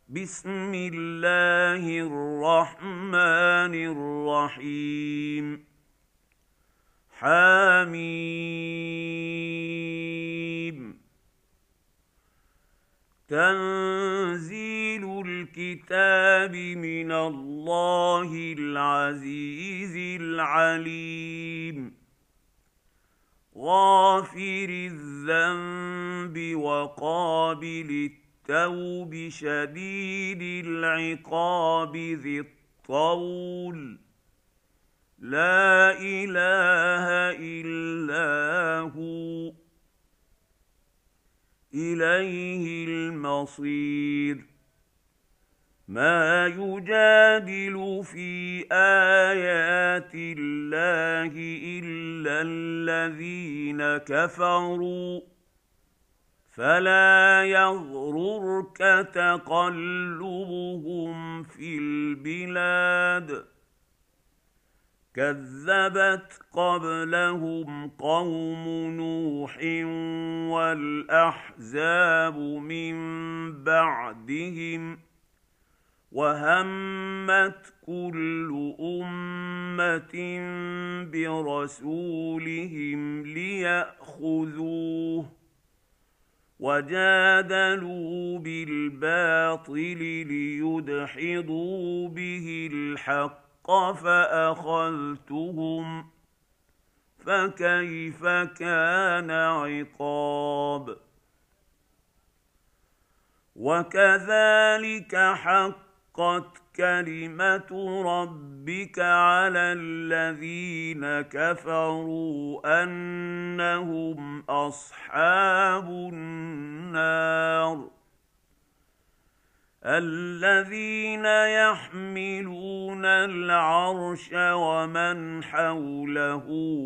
بسم الله الرحمن الرحيم حميم تنزيل الكتاب من الله العزيز العليم غافر الذنب وقابل التوب شديد العقاب ذي الطول لا إله إلا هو إليه المصير ما يجادل في آيات الله إلا الذين كفروا فلا يغررك تقلبهم في البلاد كذبت قبلهم قوم نوح والأحزاب من بعدهم وهمت كل أمة برسولهم ليأخذوه وجادلوا بالباطل ليدحضوا به الحق فأخذتهم فكيف كان عقاب وكذلك حقت كلمة ربك على الذين كفروا أنهم أصحاب النار الذين يحملون العرش ومن حوله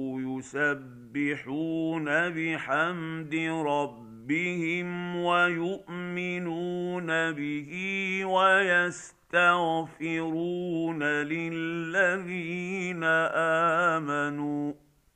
يسبحون بحمد ربهم ويؤمنون به ويستغفرون للذين آمنوا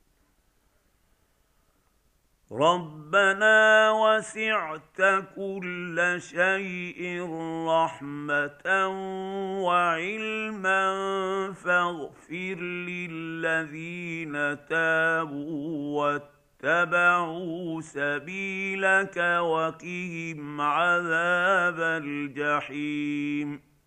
ربنا وسعت كل شيء رحمة وعلما فاغفر للذين تابوا واتبعوا سبيلك وقهم عذاب الجحيم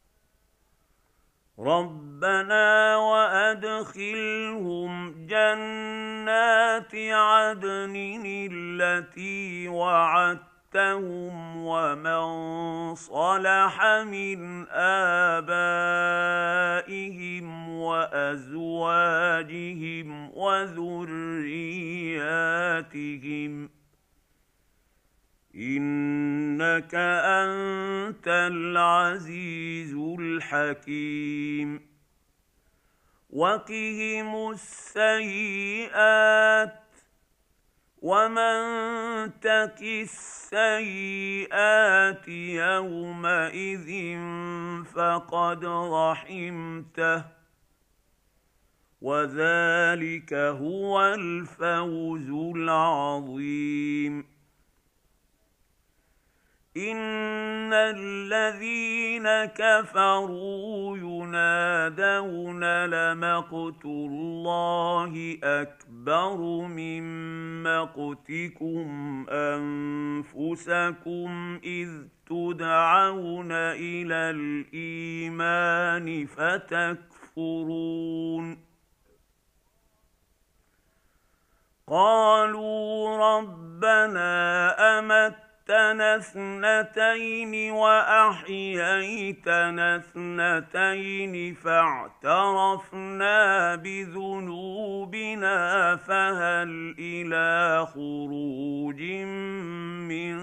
ربنا وأدخلهم جنات عدن التي وعدتهم ومن صلح من آبائهم وأزواجهم وذرياتهم إنك أنت العزيز الحكيم وقهم السيئات ومن تق السيئات يومئذ فقد رحمته وذلك هو الفوز العظيم إن الذين كفروا ينادون لمقت الله أكبر من مقتكم أنفسكم إذ تدعون إلى الإيمان فتكفرون قالوا ربنا أمتنا اثنتين وأحييتنا اثنتين فاعترفنا بذنوبنا فهل إلى خروج من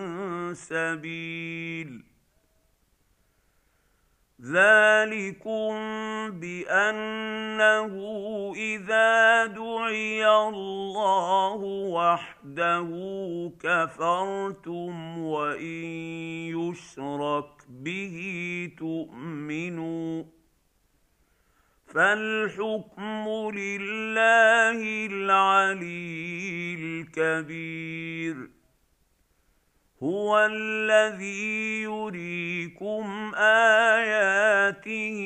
سبيل ذلكم بأنه إذا دعي الله وحده كفرتم وإن يشرك به تؤمنوا فالحكم لله العلي الكبير هو الذي يريكم آياته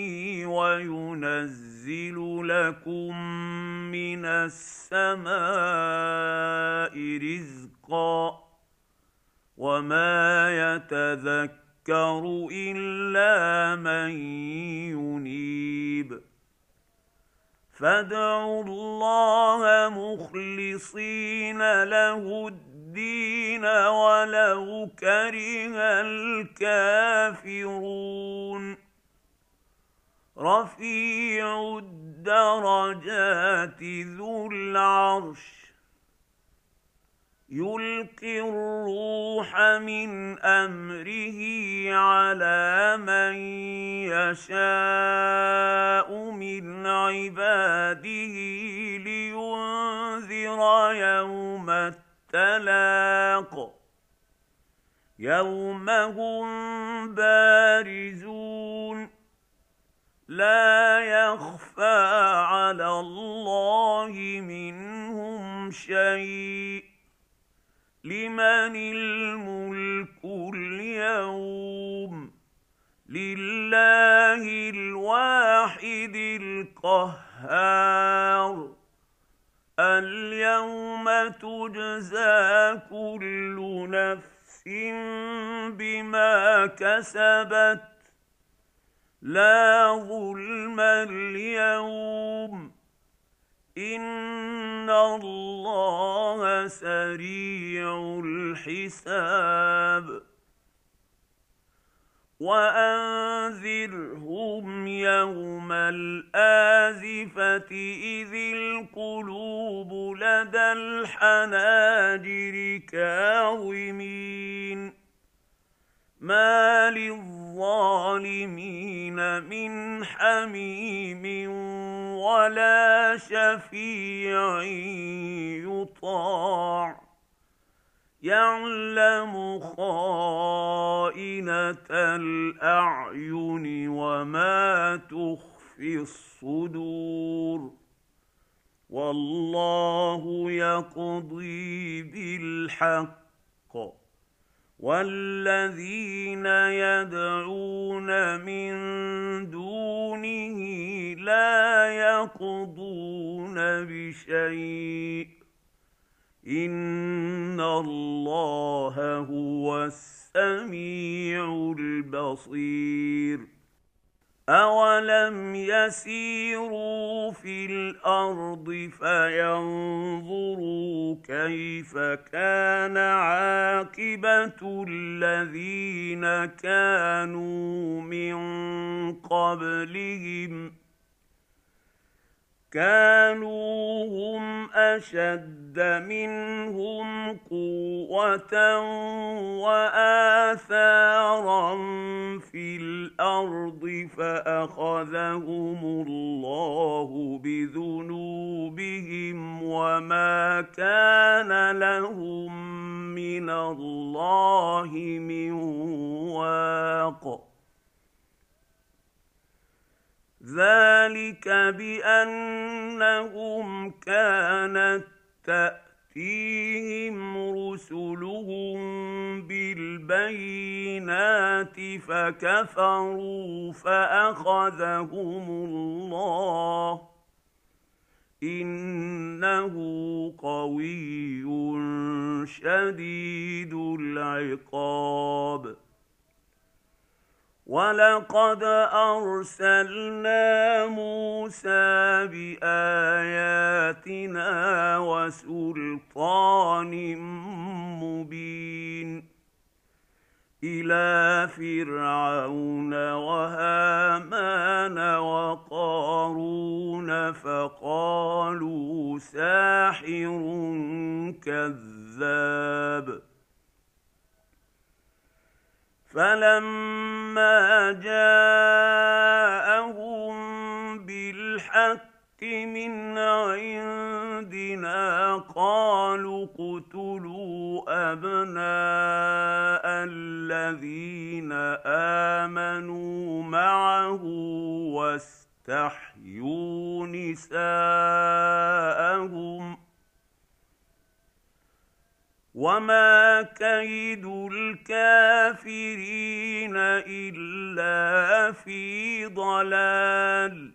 وينزل لكم من السماء رزقا وما يتذكر إلا من ينيب فادعوا الله مخلصين له الدين ولو كره الكافرون رفيع الدرجات ذو العرش يلقي الروح من أمره على من يشاء من عباده لينذر يوم التلاق يوم هم بارزون لا يخفى على الله منهم شيء لمن الملك اليوم لله الواحد القهار اليوم تجزى كل نفس بما كسبت لا ظلم اليوم إن الله سريع الحساب وأنذرهم يوم الآزفة إذ القلوب لدى الحناجر كاظمين ما للظالمين من حميم ولا شفيع يطاع يعلم خائنة الأعين وما تخفي الصدور والله يقضي بالحق والذين يدعون من دونه لا يقضون بشيء إن الله هو السميع البصير أولم يسيروا في الأرض فينظروا كيف كان عاقبة الذين كانوا من قبلهم كانوا هم أشد منهم قوة وآثارا في الأرض فأخذهم الله بذنوبهم وما كان لهم من الله من واق ذلك بأنهم كانت تأتيهم رسلهم بالبينات فكفروا فأخذهم الله إنه قوي شديد العقاب ولقد أرسلنا موسى بآياتنا وسلطان مبين إلى فرعون وهامان وقارون فقالوا ساحر كذاب فلما جاءهم بالحق من عندنا قالوا اقتلوا أبناء الذين آمنوا معه واستحيوا نساءهم وما كيد الكافرين إلا في ضلال.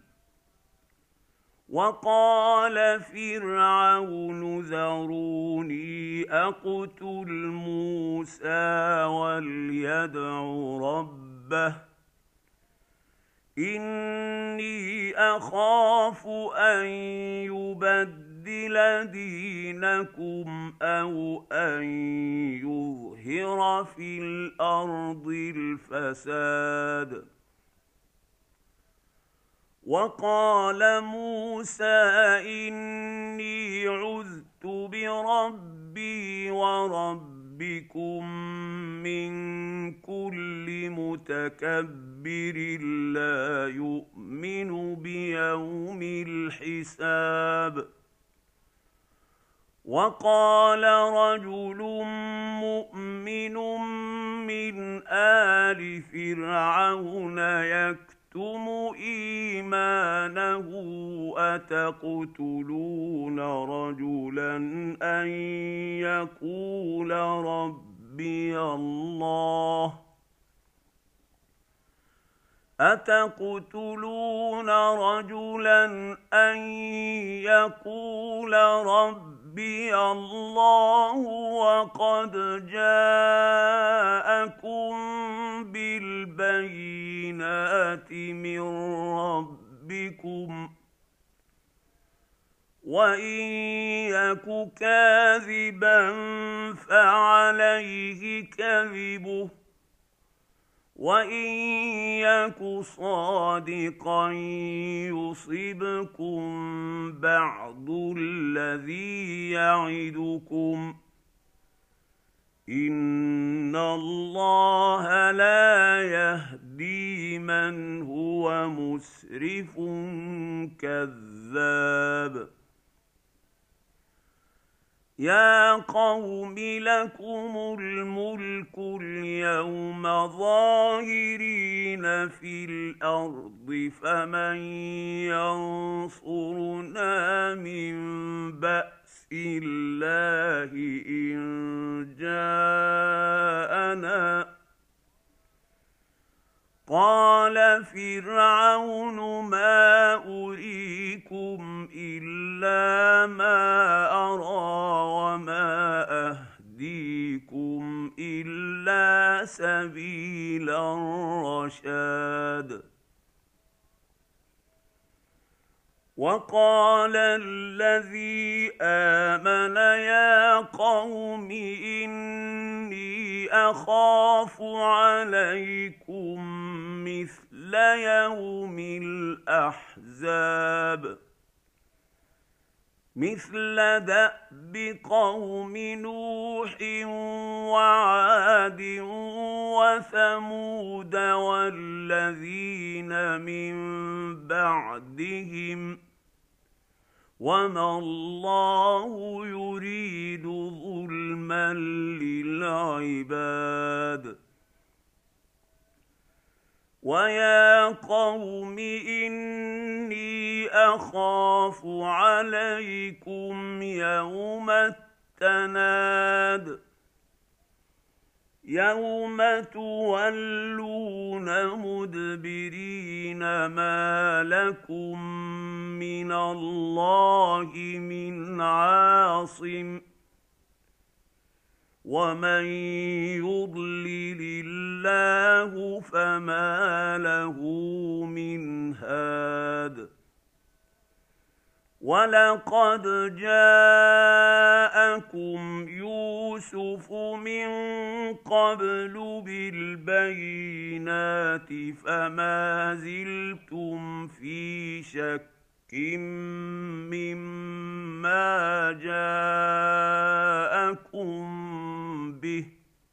وقال فرعون ذروني أقتل موسى وليدع ربه إني أخاف أن يبدل دينكم أو أن يظهر في الأرض الفساد. وقال موسى إني عذت بربي وربكم من كل متكبر لا يؤمن بيوم الحساب. وقال رجل مؤمن من آل فرعون يكتم إيمانه أتقتلون رجلا أن يقول ربي الله أتقتلون رجلا أن يقول ربي الله وقد جاءكم بالبينات من ربكم وإن يك كاذبا فعليه كذبه وإن يك صادقا يصبكم بعض الذي يعدكم إن الله لا يهدي من هو مسرف كذاب. يا قوم لكم الملك اليوم ظاهرين في الأرض فمن ينصرنا من بأس الله إن جاءنا. قال فرعون ما أريكم إلا ما أرى وما أهديكم إلا سبيل الرشاد. وقال الذي آمن يا قوم إني أخاف عليكم مثل يوم الأحزاب مثل دأب قوم نوح وعاد وثمود والذين من بعدهم وما الله يريد ظلما للعباد. ويا قوم إني أخاف عليكم يوم التناد يوم تولون مدبرين ما لكم من الله من عاصم ومن يضلل الله فما له من هاد. ولقد جاءكم يوسف من قبل بالبينات فما زلتم في شك مما جاءكم به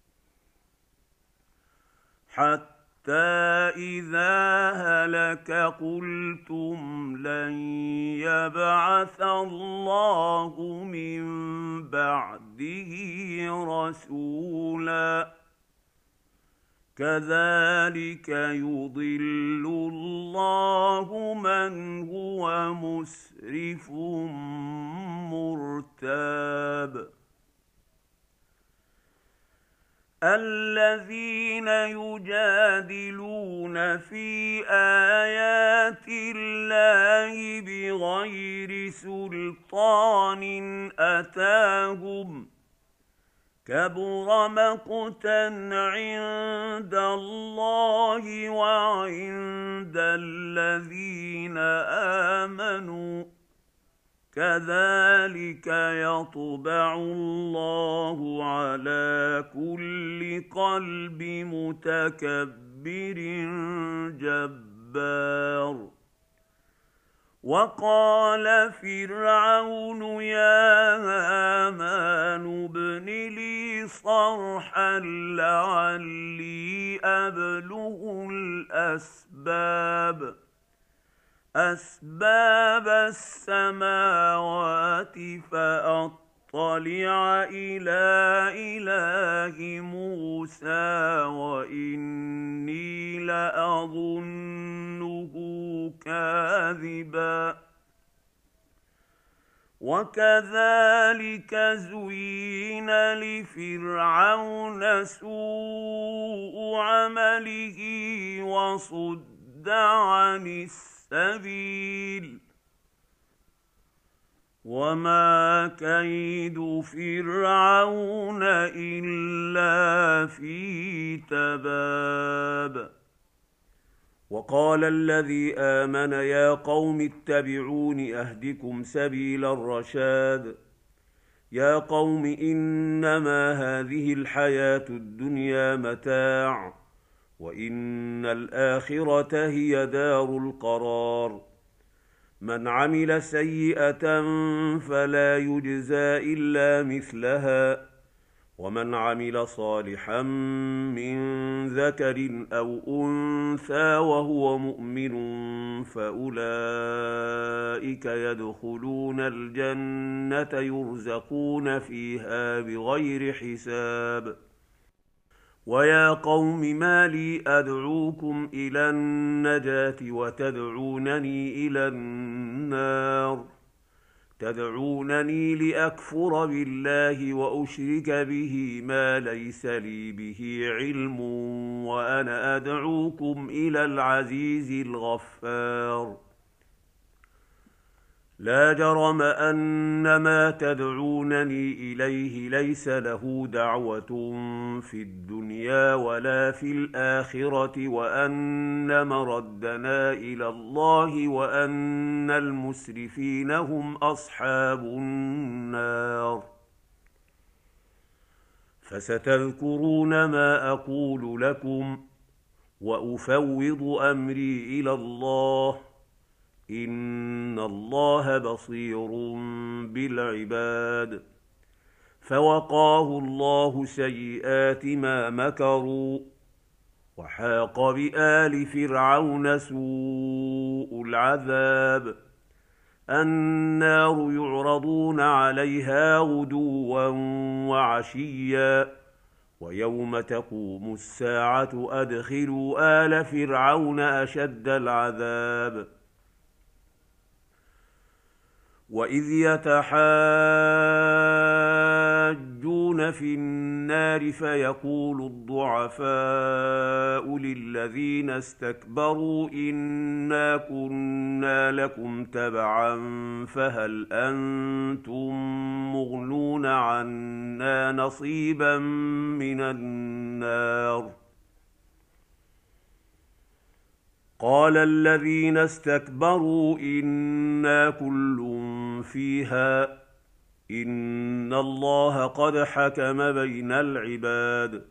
حتى إذا هلك قلتم لن يبعث الله من بعده رسولا كذلك يضل الله من هو مسرف مرتاب. الذين يجادلون في آيات الله بغير سلطان أتاهم كبر مقتا عند الله وعند الذين آمنوا كذلك يطبع الله على كل قلب متكبر جبار. وقال فرعون يا هامان ابن لي صرحا لعلي أبلغ أسباب السماوات فأطلع إلى إله موسى وإني لأظنه كاذبا. وكذلك زين لفرعون سوء عمله وصد عن السبيل وما كيد فرعون إلا في تباب. وقال الذي آمن يا قوم اتبعون أهدكم سبيل الرشاد. يا قوم إنما هذه الحياة الدنيا متاع وإن الآخرة هي دار القرار. من عمل سيئة فلا يجزى إلا مثلها ومن عمل صالحا من ذكر أو أنثى وهو مؤمن فأولئك يدخلون الجنة يرزقون فيها بغير حساب. ويا قوم ما لي أدعوكم إلى النجاة وتدعونني إلى النار تدعونني لأكفر بالله وأشرك به ما ليس لي به علم وأنا أدعوكم إلى العزيز الغفار. لا جرم أن ما تدعونني إليه ليس له دعوة في الدنيا ولا في الآخرة وأن مردنا إلى الله وأن المسرفين هم أصحاب النار. فستذكرون ما أقول لكم وأفوض أمري إلى الله إن الله بصير بالعباد. فوقاه الله سيئات ما مكروا وحاق بآل فرعون سوء العذاب. النار يعرضون عليها غدوا وعشيا ويوم تقوم الساعة أدخلوا آل فرعون أشد العذاب. وإذ يتحاجون في النار فيقول الضعفاء للذين استكبروا إنا كنا لكم تبعا فهل أنتم مغنون عنا نصيبا من النار. قال الذين استكبروا إنا كل فيها إن الله قد حكم بين العباد.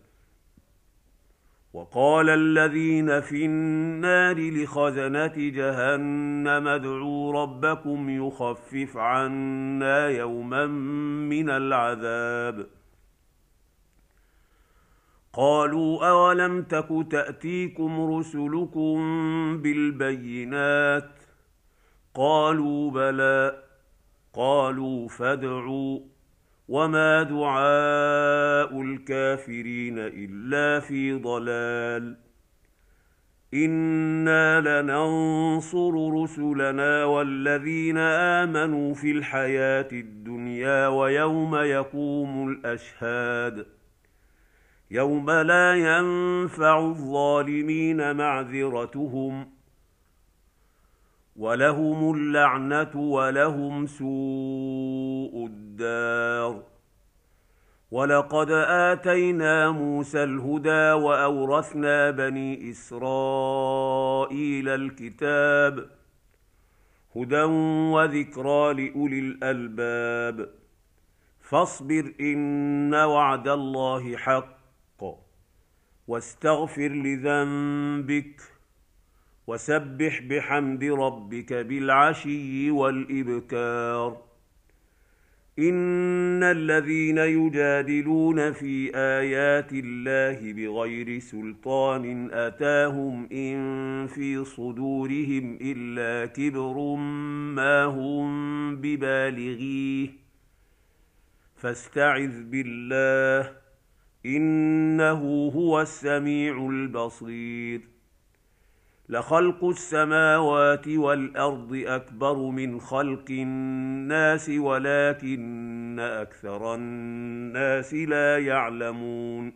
وقال الذين في النار لخزنة جهنم ادعوا ربكم يخفف عنا يوما من العذاب. قالوا أولم تك تأتيكم رسلكم بالبينات قالوا بلى قالوا فادعوا وما دعاء الكافرين إلا في ضلال. إنا لننصر رسلنا والذين آمنوا في الحياة الدنيا ويوم يقوم الأشهاد. يوم لا ينفع الظالمين معذرتهم ولهم اللعنة ولهم سوء الدار. ولقد آتينا موسى الهدى وأورثنا بني إسرائيل الكتاب هدى وذكرى لأولي الألباب. فاصبر إن وعد الله حق واستغفر لذنبك وسبح بحمد ربك بالعشي والإبكار. إن الذين يجادلون في آيات الله بغير سلطان أتاهم إن في صدورهم إلا كبر ما هم ببالغيه فاستعذ بالله إنه هو السميع البصير. لخلق السماوات والأرض أكبر من خلق الناس ولكن أكثر الناس لا يعلمون.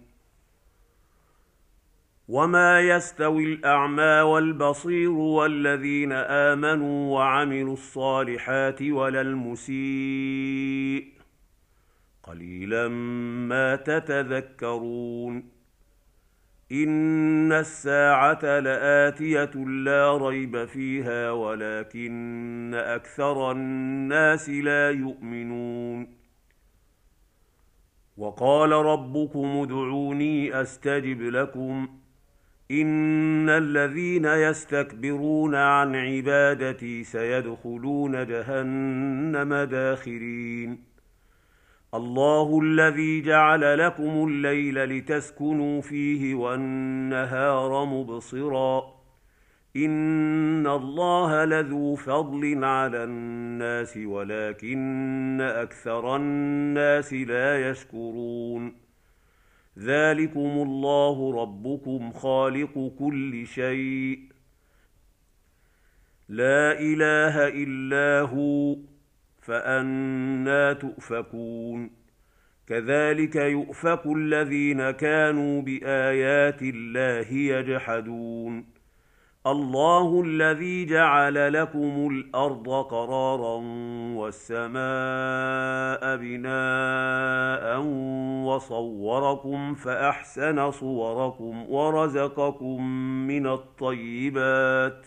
وما يستوي الأعمى والبصير والذين آمنوا وعملوا الصالحات ولا المسيء قليلا ما تتذكرون. إن الساعة لآتية لا ريب فيها ولكن أكثر الناس لا يؤمنون. وقال ربكم ادعوني أستجب لكم إن الذين يستكبرون عن عبادتي سيدخلون جهنم داخرين. الله الذي جعل لكم الليل لتسكنوا فيه والنهار مبصرا إن الله لذو فضل على الناس ولكن أكثر الناس لا يشكرون. ذلكم الله ربكم خالق كل شيء لا إله إلا هو فأنى تؤفكون. كذلك يؤفك الذين كانوا بآيات الله يجحدون. الله الذي جعل لكم الأرض قرارا والسماء بناء وصوركم فأحسن صوركم ورزقكم من الطيبات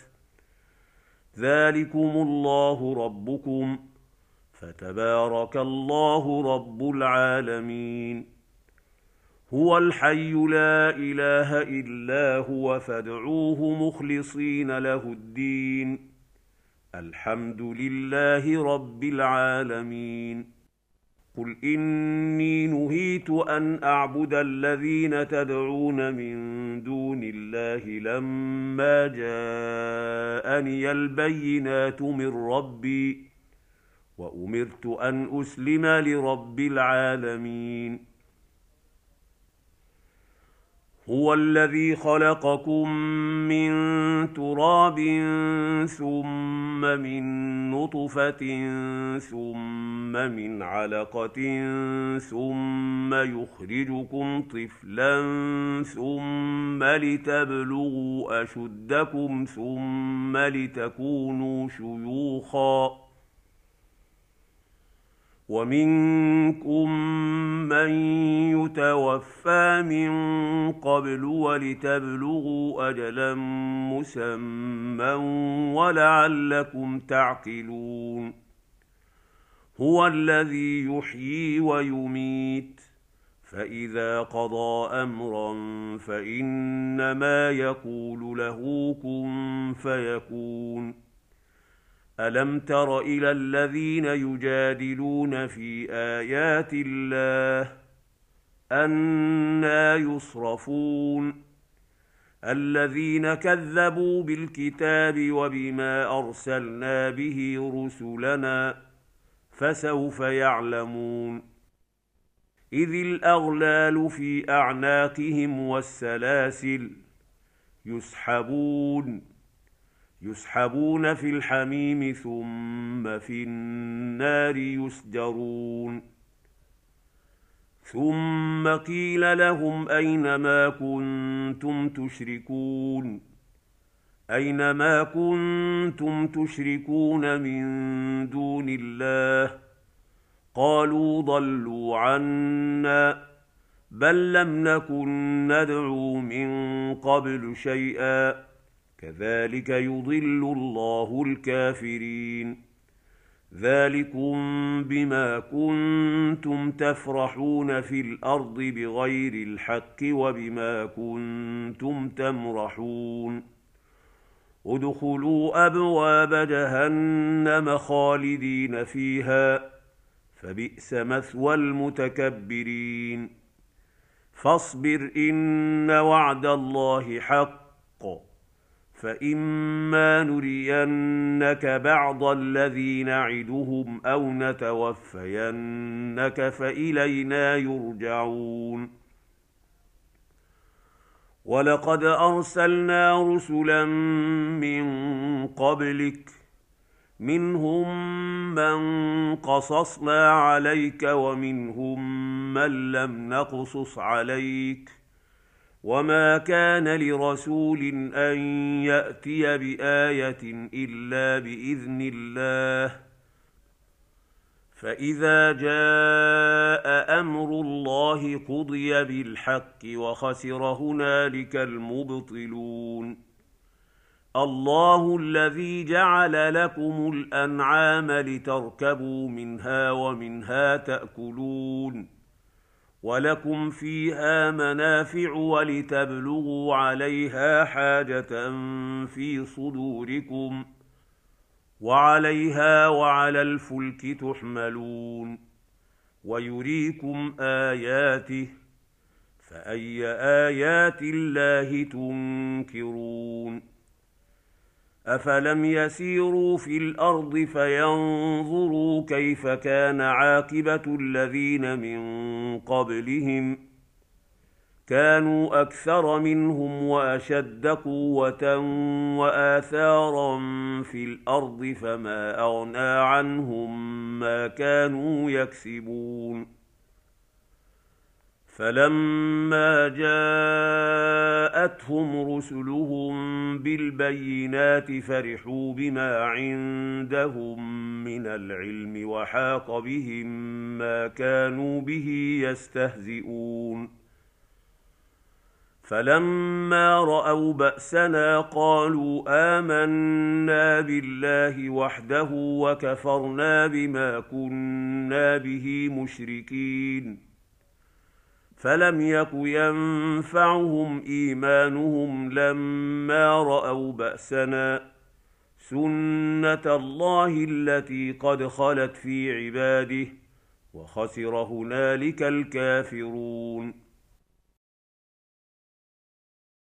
ذلكم الله ربكم فتبارك الله رب العالمين. هو الحي لا إله إلا هو فادعوه مخلصين له الدين الحمد لله رب العالمين. قل إني نهيت أن أعبد الذين تدعون من دون الله لما جاءني البينات من ربي وأمرت أن أسلم لرب العالمين. هو الذي خلقكم من تراب ثم من نطفة ثم من علقة ثم يخرجكم طفلا ثم لتبلغوا أشدكم ثم لتكونوا شيوخا ومنكم من يتوفى من قبل ولتبلغوا أجلا مسمى ولعلكم تعقلون. هو الذي يحيي ويميت فإذا قضى أمرا فإنما يقول له كن فيكون. ألم تر إلى الذين يجادلون في آيات الله أنى يصرفون الذين كذبوا بالكتاب وبما أرسلنا به رسلنا فسوف يعلمون. إذ الأغلال في أعناقهم والسلاسل يسحبون في الحميم ثم في النار يسجرون. ثم قيل لهم أينما كنتم تشركون من دون الله قالوا ضلوا عنا بل لم نكن ندعو من قبل شيئا كذلك يضل الله الكافرين ذلكم بما كنتم تفرحون في الأرض بغير الحق وبما كنتم تمرحون ادخلوا أبواب جهنم خالدين فيها فبئس مثوى المتكبرين فاصبر إن وعد الله حق فإما نرينك بعض الذي نعدهم أو نتوفينك فإلينا يرجعون ولقد أرسلنا رسلا من قبلك منهم من قصصنا عليك ومنهم من لم نقصص عليك وما كان لرسول أن يأتي بآية إلا بإذن الله فإذا جاء أمر الله قضي بالحق وخسر هنالك المبطلون الله الذي جعل لكم الأنعام لتركبوا منها ومنها تأكلون ولكم فيها منافع ولتبلغوا عليها حاجة في صدوركم وعليها وعلى الفلك تحملون ويريكم آياته فأي آيات الله تنكرون أفلم يسيروا في الأرض فينظروا كيف كان عاقبة الذين من قبلهم كانوا أكثر منهم وأشد قوة وآثارا في الأرض فما أغنى عنهم ما كانوا يكسبون فلما جاءتهم رسلهم بالبينات فرحوا بما عندهم من العلم وحاق بهم ما كانوا به يستهزئون فلما رأوا بأسنا قالوا آمنا بالله وحده وكفرنا بما كنا به مشركين فلم يك ينفعهم إيمانهم لما رأوا بأسنا سنة الله التي قد خلت في عباده وخسر هنالك الكافرون